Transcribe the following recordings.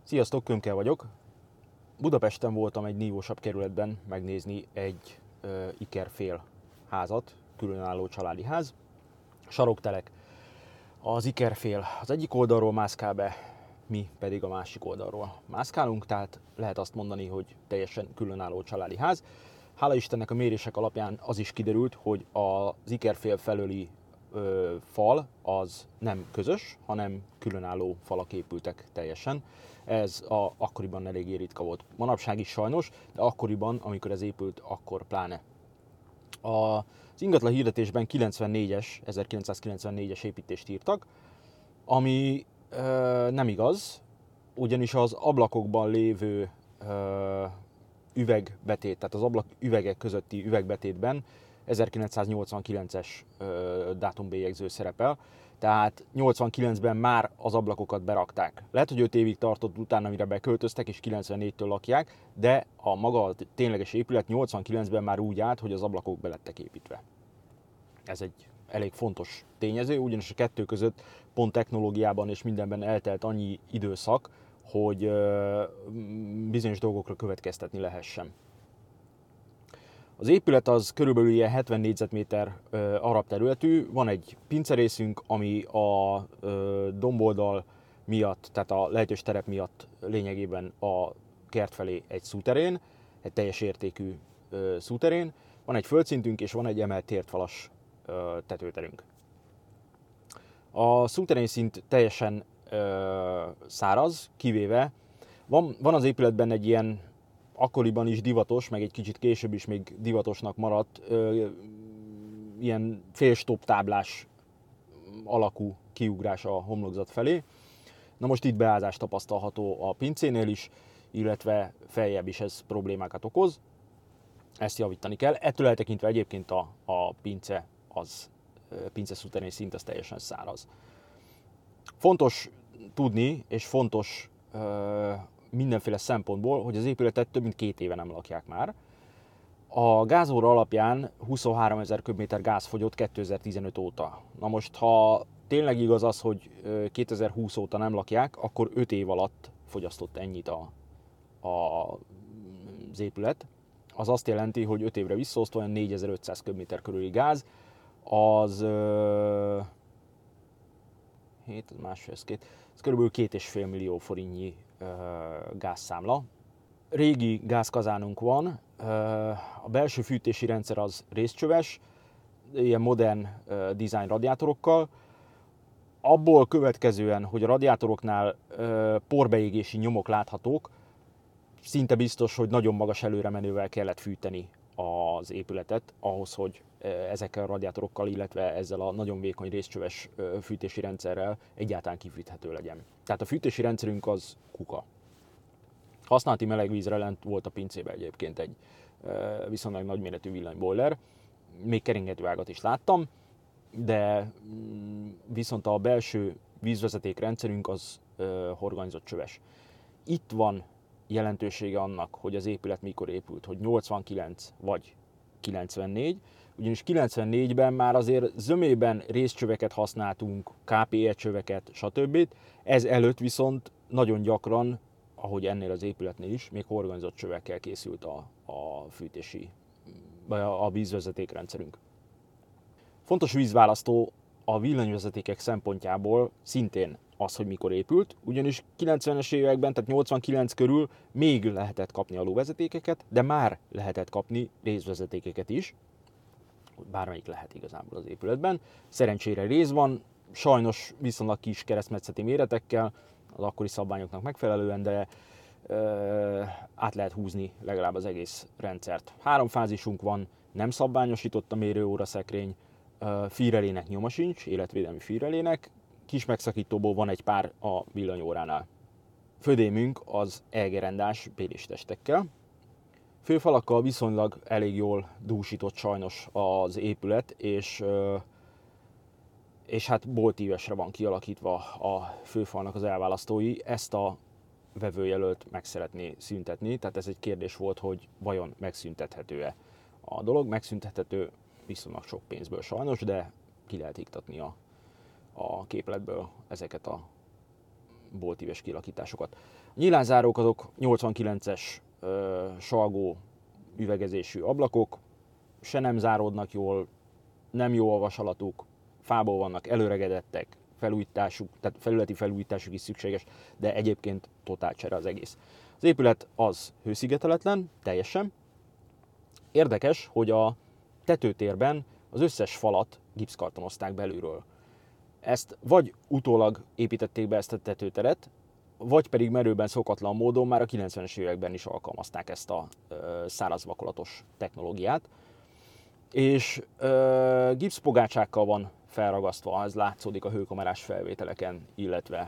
Sziasztok, Kömke vagyok. Budapesten voltam egy nívósabb kerületben megnézni egy ikerfél házat, különálló családi ház. Saroktelek. Az ikerfél az egyik oldalról mászkál be, mi pedig a másik oldalról mászkálunk, tehát lehet azt mondani, hogy teljesen különálló családi ház. Hála Istennek a mérések alapján az is kiderült, hogy az ikerfél felőli fal az nem közös, hanem különálló falak épültek teljesen. Ez akkoriban eléggé ritka volt. Manapság is sajnos, de akkoriban, amikor ez épült, akkor pláne. Az ingatlan hirdetésben 1994-es építést írtak, ami nem igaz, ugyanis az ablakokban lévő üvegbetét, tehát az ablak üvegek közötti üvegbetétben 1989-es dátumbélyegző szerepel, tehát 89-ben már az ablakokat berakták. Lehet, hogy 5 évig tartott utána, mire beköltöztek, és 94-től lakják, de a maga a tényleges épület 89-ben már úgy állt, hogy az ablakok be lettek építve. Ez egy elég fontos tényező, ugyanis a kettő között pont technológiában és mindenben eltelt annyi időszak, hogy bizonyos dolgokra következtetni lehessen. Az épület az körülbelül ilyen 70 négyzetméter arab területű, van egy pincerészünk, ami a domboldal miatt, tehát a lejtős terep miatt lényegében a kert felé egy szúterén, egy teljes értékű szúterén, van egy földszintünk és van egy emelt tértfalas tetőterünk. A szúterén szint teljesen száraz, kivéve van az épületben egy ilyen akkoriban is divatos, meg egy kicsit később is még divatosnak maradt ilyen félstop táblás alakú kiugrás a homlokzat felé. Na most itt beázás tapasztalható a pincénél is, illetve feljebb is ez problémákat okoz. Ezt javítani kell. Ettől eltekintve egyébként a pince szúterén szint az teljesen száraz. Fontos tudni, és fontos mindenféle szempontból, hogy az épületet több mint 2 éve nem lakják már. A gázóra alapján 23 000 köbméter gáz fogyott 2015 óta. Na most, ha tényleg igaz az, hogy 2020 óta nem lakják, akkor 5 év alatt fogyasztott ennyit az épület. Az azt jelenti, hogy 5 évre visszaosztva olyan 4500 köbméter körüli gáz, az 7, ez körülbelül 2,5 millió forintnyi gázszámla. Régi gázkazánunk van, a belső fűtési rendszer az részcsöves, ilyen modern design radiátorokkal. Abból következően, hogy a radiátoroknál porbeégési nyomok láthatók, szinte biztos, hogy nagyon magas előremenővel kellett fűteni az épületet ahhoz, hogy ezekkel a radiátorokkal, illetve ezzel a nagyon vékony részcsöves fűtési rendszerrel egyáltalán kifűthető legyen. Tehát a fűtési rendszerünk az kuka. Használati melegvízre lent volt a pincében egyébként egy viszonylag nagyméretű villanyboiler. Még keringető ágat is láttam, de viszont a belső vízvezeték rendszerünk az horgonyzott csöves. Itt van jelentősége annak, hogy az épület mikor épült, hogy 89 vagy 94, ugyanis 94-ben már azért zömében részcsöveket használtunk, KPE csöveket, stb. Ez előtt viszont nagyon gyakran, ahogy ennél az épületnél is, még horgonyzott csövekkel készült a fűtési, vagy a vízvezetékrendszerünk. Fontos vízválasztó a villanyvezetékek szempontjából szintén az, hogy mikor épült, ugyanis 90-es években, tehát 89 körül még lehetett kapni alóvezetékeket, de már lehetett kapni részvezetékeket is, bármelyik lehet igazából az épületben. Szerencsére rész van, sajnos viszonylag kis keresztmetszeti méretekkel, az akkori szabványoknak megfelelően, de át lehet húzni legalább az egész rendszert. 3 fázisunk van, nem szabványosított a mérőóra szekrény, fűrelének nyoma sincs, életvédelmi fűrelének, kis megszakítóból van egy pár a villanyóránál. Födémünk az elgerendás bélistestekkel. Főfalakkal viszonylag elég jól dúsított sajnos az épület, és hát boltívesre van kialakítva a főfalnak az elválasztói. Ezt a vevőjelölt meg szeretné szüntetni, tehát ez egy kérdés volt, hogy vajon megszüntethető-e a dolog. Megszüntethető viszonylag sok pénzből sajnos, de ki lehet iktatni a képletből ezeket a boltíves kialakításokat. A nyílászárók azok 89-es salgó üvegezésű ablakok, se nem záródnak jól, nem jó a vasalatuk, fából vannak, előregedettek, felújításuk, tehát felületi felújításuk is szükséges, de egyébként totál csere az egész. Az épület az hőszigeteletlen, teljesen. Érdekes, hogy a tetőtérben az összes falat gipszkartonozták belülről. Ezt vagy utólag építették be ezt a tetőteret, vagy pedig merőben szokatlan módon már a 90-es években is alkalmazták ezt a szárazvakolatos technológiát. És gipszpogácsákkal van felragasztva, ez látszódik a hőkamerás felvételeken, illetve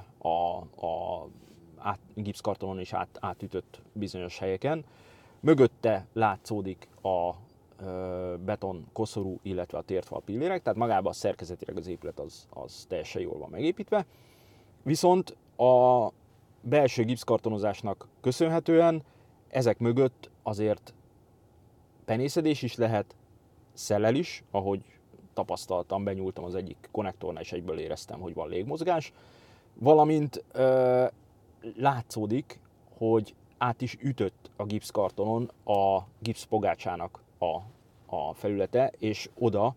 a gipszkartonon is átütött bizonyos helyeken. Mögötte látszódik a beton koszorú, illetve a térfal pillérek, tehát magában szerkezetileg az épület az teljesen jól van megépítve. Viszont a belső gipszkartonozásnak köszönhetően ezek mögött azért penészedés is lehet, szellel is, ahogy tapasztaltam, benyúltam az egyik konnektornál, és egyből éreztem, hogy van légmozgás, valamint látszódik, hogy át is ütött a gipszkartonon a gipszpogácsának a felülete, és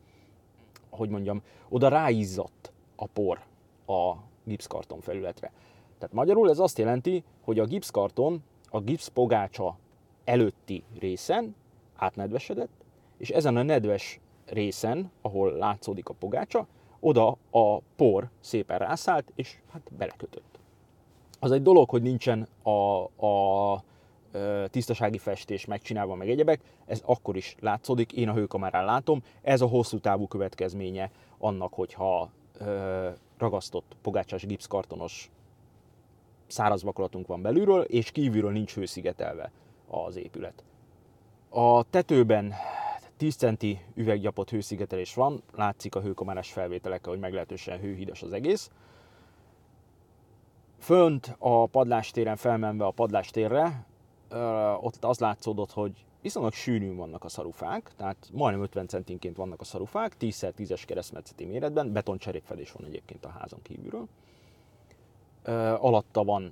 oda ráizzadt a por a gipszkarton felületre. Tehát magyarul ez azt jelenti, hogy a gipszkarton a gipszpogácsa előtti részen átnedvesedett, és ezen a nedves részen, ahol látszódik a pogácsa, oda a por szépen rászállt, és hát belekötött. Az egy dolog, hogy nincsen a tisztasági festés megcsinálva, meg egyebek, ez akkor is látszódik, én a hőkamerán látom, ez a hosszú távú következménye annak, hogyha ragasztott pogácsás gipszkartonos száraz vakolatunk van belülről, és kívülről nincs hőszigetelve az épület. A tetőben 10 centi üveggyapott hőszigetelés van, látszik a hőkamerás felvételekkel, hogy meglehetősen hőhidas az egész. Fönt a padlástéren felmenve a padlástérre, ott az látszódott, hogy viszonylag sűrűn vannak a szarufák, tehát majdnem 50 centinként vannak a szarufák, 10x10-es keresztmetszeti méretben, betoncserépfedés van egyébként a házon kívülről. Alatta van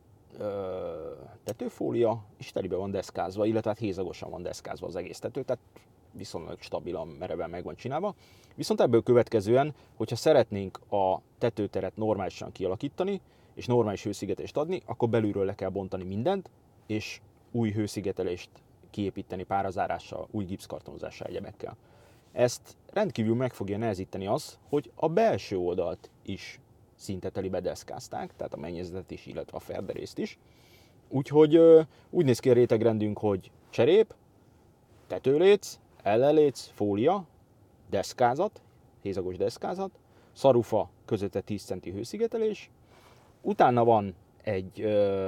tetőfólia, és telibe van deszkázva, illetve hát hézagosan van deszkázva az egész tető, tehát viszonylag stabilan, mereven meg van csinálva. Viszont ebből következően, hogyha szeretnénk a tetőteret normálisan kialakítani, és normális hőszigetelést adni, akkor belülről le kell bontani mindent, és új hőszigetelést kiépíteni párazárással, új gipszkartonozással, egyebekkel. Ezt rendkívül meg fogja nehezíteni az, hogy a belső oldalt is szinte telibe deszkázták, tehát a mennyezetet is, illetve a ferderészt is. Úgyhogy úgy néz ki a rétegrendünk, hogy cserép, tetőléc, ellenléc, fólia, deszkázat, hézagos deszkázat, szarufa közötte 10 centi hőszigetelés, utána van egy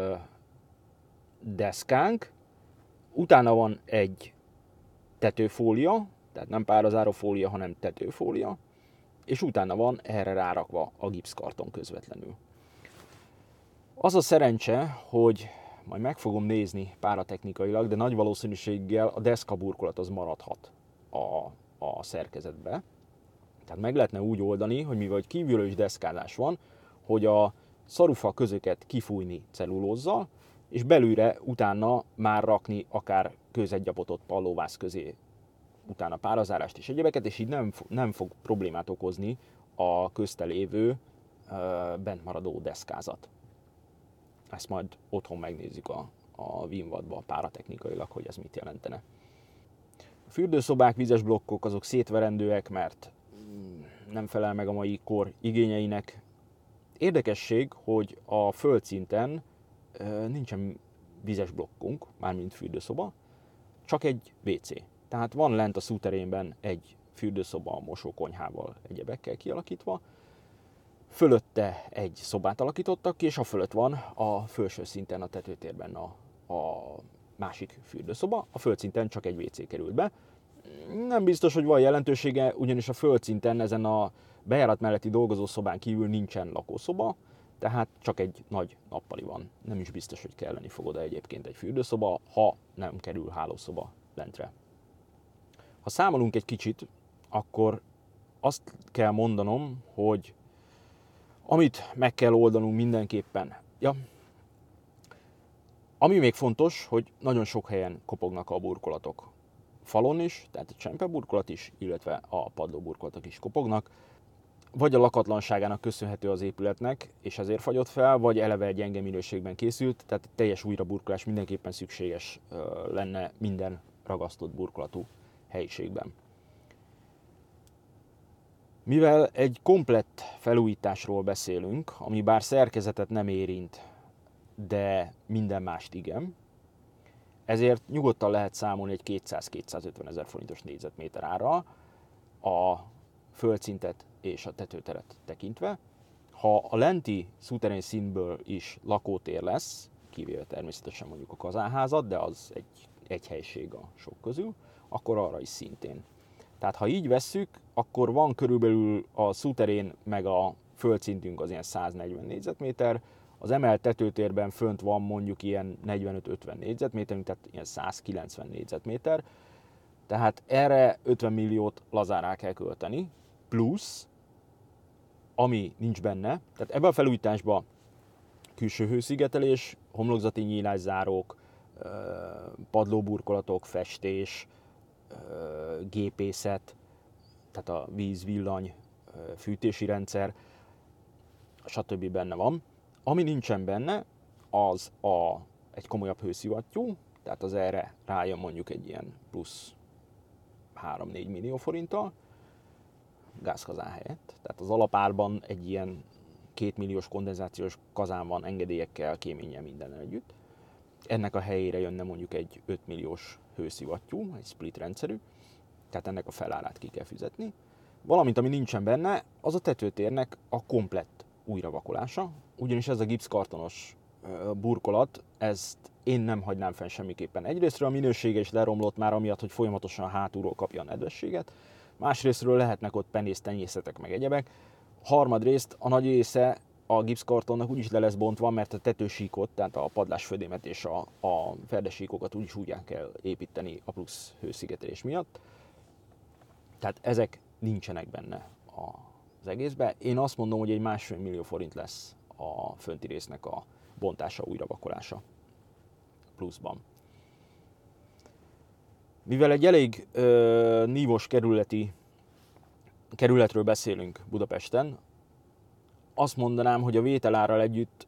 deszkánk, utána van egy tetőfólia, tehát nem párazáró fólia, hanem tetőfólia, és utána van erre rárakva a gipszkarton közvetlenül. Az a szerencse, hogy majd meg fogom nézni páratechnikailag, de nagy valószínűséggel a deszka burkolat az maradhat a szerkezetbe. Tehát meg lehetne úgy oldani, hogy mivel kívülről is deszkázás van, hogy a szarufa közöket kifújni cellulózzal, és belülre utána már rakni akár kőzetgyapotot pallóvász közé, utána párazárást és egyebeket, és így nem fog problémát okozni a közte lévő bent maradó deszkázat. Ezt majd otthon megnézzük a Winwadba páratechnikailag, hogy ez mit jelentene. A fürdőszobák, vizes blokkok azok szétverendőek, mert nem felel meg a mai kor igényeinek. Érdekesség, hogy a földszinten nincsen vizes blokkunk, mármint fürdőszoba, csak egy WC. Tehát van lent a szúterényben egy fürdőszoba mosókonyhával, egyebekkel kialakítva, fölötte egy szobát alakítottak ki, és a fölött van a felső szinten a tetőtérben a másik fürdőszoba, a földszinten csak egy WC került be. Nem biztos, hogy van jelentősége, ugyanis a földszinten ezen a bejárat melletti dolgozószobán kívül nincsen lakószoba, tehát csak egy nagy nappali van. Nem is biztos, hogy kelleni fog oda egyébként egy fürdőszoba, ha nem kerül hálószoba lentre. Ha számolunk egy kicsit, akkor azt kell mondanom, hogy amit meg kell oldanunk mindenképpen, Ja. Ami még fontos, hogy nagyon sok helyen kopognak a burkolatok. Falon is, tehát a csempeburkolat is, illetve a padlóburkolatok is kopognak. Vagy a lakatlanságának köszönhető az épületnek, és ezért fagyott fel, vagy eleve egy gyenge minőségben készült, tehát teljes újraburkolás mindenképpen szükséges lenne minden ragasztott burkolatú helyiségben. Mivel egy komplett felújításról beszélünk, ami bár szerkezetet nem érint, de minden mást igen, ezért nyugodtan lehet számolni egy 200-250 ezer forintos négyzetméter árra a földszintet és a tetőteret tekintve. Ha a lenti szuterén szintből is lakótér lesz, kivéve természetesen mondjuk a kazánházat, de az egy helység a sok közül, akkor arra is szintén. Tehát ha így vesszük, akkor van körülbelül a szuterén meg a földszintünk az ilyen 140 négyzetméter, az emelt tetőtérben fönt van mondjuk ilyen 45-50 négyzetméter, tehát ilyen 190 négyzetméter, tehát erre 50 milliót lazán rá kell költeni, plusz, ami nincs benne, tehát ebben a felújításban külső hőszigetelés, homlokzati nyílászárók, padlóburkolatok, festés, gépészet, tehát a víz, villany, fűtési rendszer, stb. Benne van. Ami nincsen benne, az egy komolyabb hőszivattyú, tehát az erre rájön mondjuk egy ilyen plusz 3-4 millió forinttal, gázkazán helyett. Tehát az alapárban egy ilyen 2 milliós kondenzációs kazán van engedélyekkel, kéménnyel, mindennel együtt. Ennek a helyére jönne mondjuk egy 5 milliós hőszivattyú, egy split rendszerű, tehát ennek a felárát ki kell fizetni. Valamint ami nincsen benne, az a tetőtérnek a komplett újravakolása, ugyanis ez a gipszkartonos burkolat, ezt én nem hagynám fenn semmiképpen. Egyrésztről a minősége is leromlott már amiatt, hogy folyamatosan hátulról kapja a nedvességet, másrésztről lehetnek ott penésztenyészetek meg egyebek, harmadrészt a nagy része a gipszkartonnak úgyis le lesz bontva, mert a tetősíkot, tehát a padlásfödémet és a ferdesíkokat úgyis úgy kell építeni a plusz hőszigetelés miatt. Tehát ezek nincsenek benne az egészben. Én azt mondom, hogy egy 1,5 millió forint lesz a fönti résznek a bontása, újravakolása pluszban. Mivel egy elég nívós kerületről beszélünk Budapesten, azt mondanám, hogy a vételárral együtt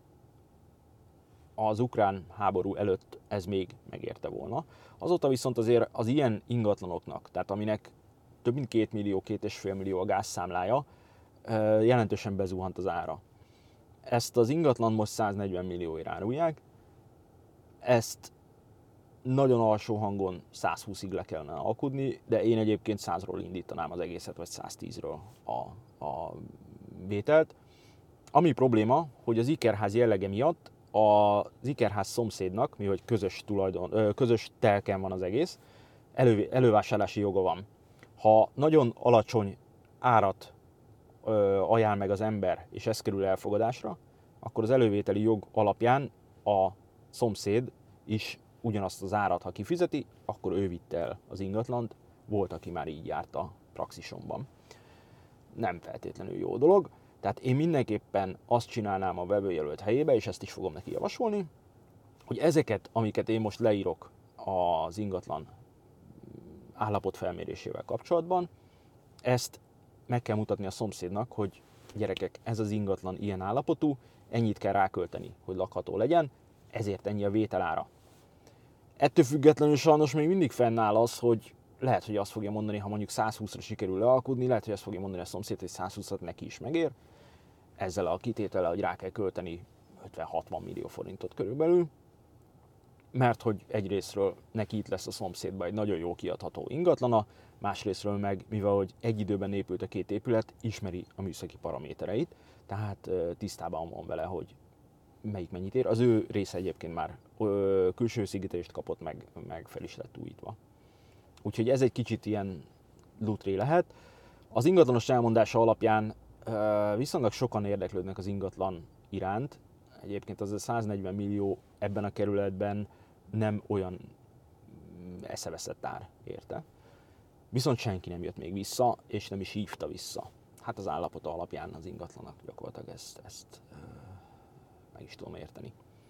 az ukrán háború előtt ez még megérte volna. Azóta viszont azért az ilyen ingatlanoknak, tehát aminek több mint 2 millió, 2,5 millió a gázszámlája, jelentősen bezuhant az ára. Ezt az ingatlan most 140 millióért árulják, ezt nagyon alsó hangon 120-ig le kellene alkudni, de én egyébként 100-ról indítanám az egészet, vagy 110-ről a vételt. Ami probléma, hogy az ikerház jellege miatt az ikerház szomszédnak, mivel közös telken van az egész, elővásárlási joga van. Ha nagyon alacsony árat ajánl meg az ember, és ez kerül elfogadásra, akkor az elővételi jog alapján a szomszéd is ugyanazt az árat, ha kifizeti, akkor ő vitte el az ingatlant. Volt, aki már így járt a praxisomban. Nem feltétlenül jó dolog. Tehát én mindenképpen azt csinálnám a vevőjelölt helyébe, és ezt is fogom neki javasolni, hogy ezeket, amiket én most leírok az ingatlan állapot felmérésével kapcsolatban, ezt meg kell mutatni a szomszédnak, hogy gyerekek, ez az ingatlan ilyen állapotú, ennyit kell rákölteni, hogy lakható legyen, ezért ennyi a vételára. Ettől függetlenül sajnos még mindig fennáll az, hogy lehet, hogy azt fogja mondani, ha mondjuk 120-ra sikerül lealkudni, lehet, hogy azt fogja mondani a szomszéd, hogy 120-at neki is megér, ezzel a kitétellel, hogy rá kell költeni 50-60 millió forintot körülbelül, mert hogy egyrésztről neki itt lesz a szomszédban egy nagyon jó kiadható ingatlana, másrésztről meg, mivel hogy egy időben épült a két épület, ismeri a műszaki paramétereit, tehát tisztában van vele, hogy melyik mennyit ér. Az ő része egyébként már külső szigetelést kapott, meg fel is lett újítva. Úgyhogy ez egy kicsit ilyen lutré lehet. Az ingatlanos elmondása alapján viszonylag sokan érdeklődnek az ingatlan iránt. Egyébként az a 140 millió ebben a kerületben nem olyan eszeveszett ár érte. Viszont senki nem jött még vissza, és nem is hívta vissza. Hát az állapota alapján az ingatlanak gyakorlatilag ezt meg is tudom érteni.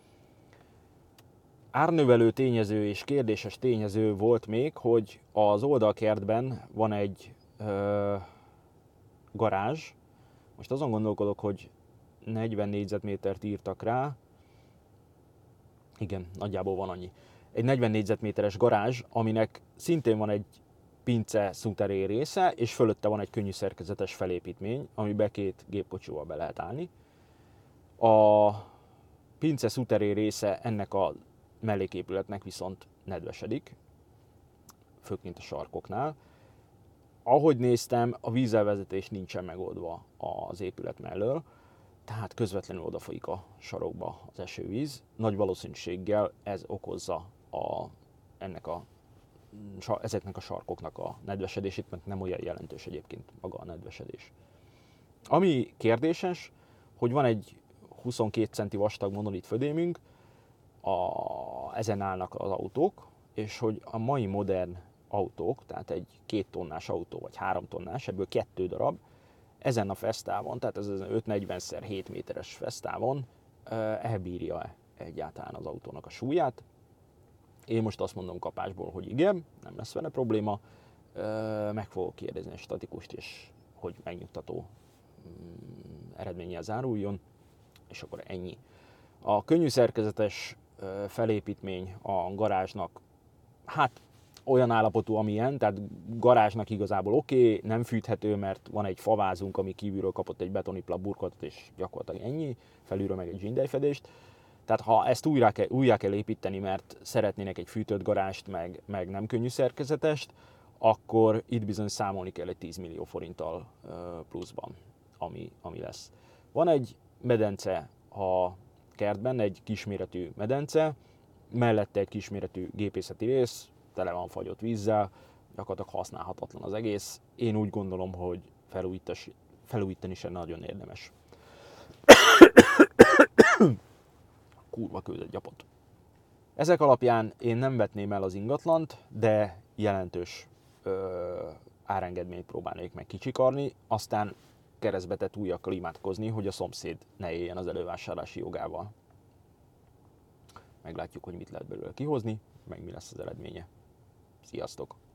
Árnövelő tényező és kérdéses tényező volt még, hogy az oldalkertben van egy garázs. Most azon gondolkodok, hogy 40 négyzetmétert írtak rá. Igen, nagyjából van annyi. Egy 40 négyzetméteres garázs, aminek szintén van egy pince szuteré része, és fölötte van egy könnyű szerkezetes felépítmény, amiben 2 gépkocsival be lehet állni. A pince szuteré része ennek a melléképületnek viszont nedvesedik, főként a sarkoknál. Ahogy néztem, a vízelvezetés nincsen megoldva az épület mellől, tehát közvetlenül odafolyik a sarokba az esővíz. Nagy valószínűséggel ez okozza ezeknek a sarkoknak a nedvesedését, mert nem olyan jelentős egyébként maga a nedvesedés. Ami kérdéses, hogy van egy 22 centi vastag monolit födémünk, ezen állnak az autók, és hogy a mai modern autók, tehát egy 2 tonnás autó, vagy 3 tonnás, ebből 2 darab, ezen a fesztávon, tehát ez 540x7 méteres fesztávon elbírja egyáltalán az autónak a súlyát. Én most azt mondom kapásból, hogy igen, nem lesz vele probléma. Meg fogok kérdezni a statikust, és hogy megnyugtató eredménnyel záruljon, és akkor ennyi. A könnyű szerkezetes felépítmény a garázsnak, hát olyan állapotú, amilyen, tehát garázsnak igazából oké, nem fűthető, mert van egy favázunk, ami kívülről kapott egy betoniplap burkolatot, és gyakorlatilag ennyi, felülről meg egy zsindelyfedést. Tehát ha ezt újra kell építeni, mert szeretnének egy fűtött garást, meg nem könnyű szerkezetest, akkor itt bizony számolni kell egy 10 millió forinttal pluszban, ami lesz. Van egy medence a kertben, egy kisméretű medence, mellette egy kisméretű gépészeti rész, tele van fagyott vízzel, gyakorlatilag használhatatlan az egész. Én úgy gondolom, hogy felújítani sem nagyon érdemes. Kurva küldött gyapot. Ezek alapján én nem vetném el az ingatlant, de jelentős árengedményt próbálnék meg kicsikarni, aztán keresztbetett ujjakkal imádkozni, hogy a szomszéd ne éljen az elővásárlási jogával. Meglátjuk, hogy mit lehet belőle kihozni, meg mi lesz az eredménye. Sziasztok!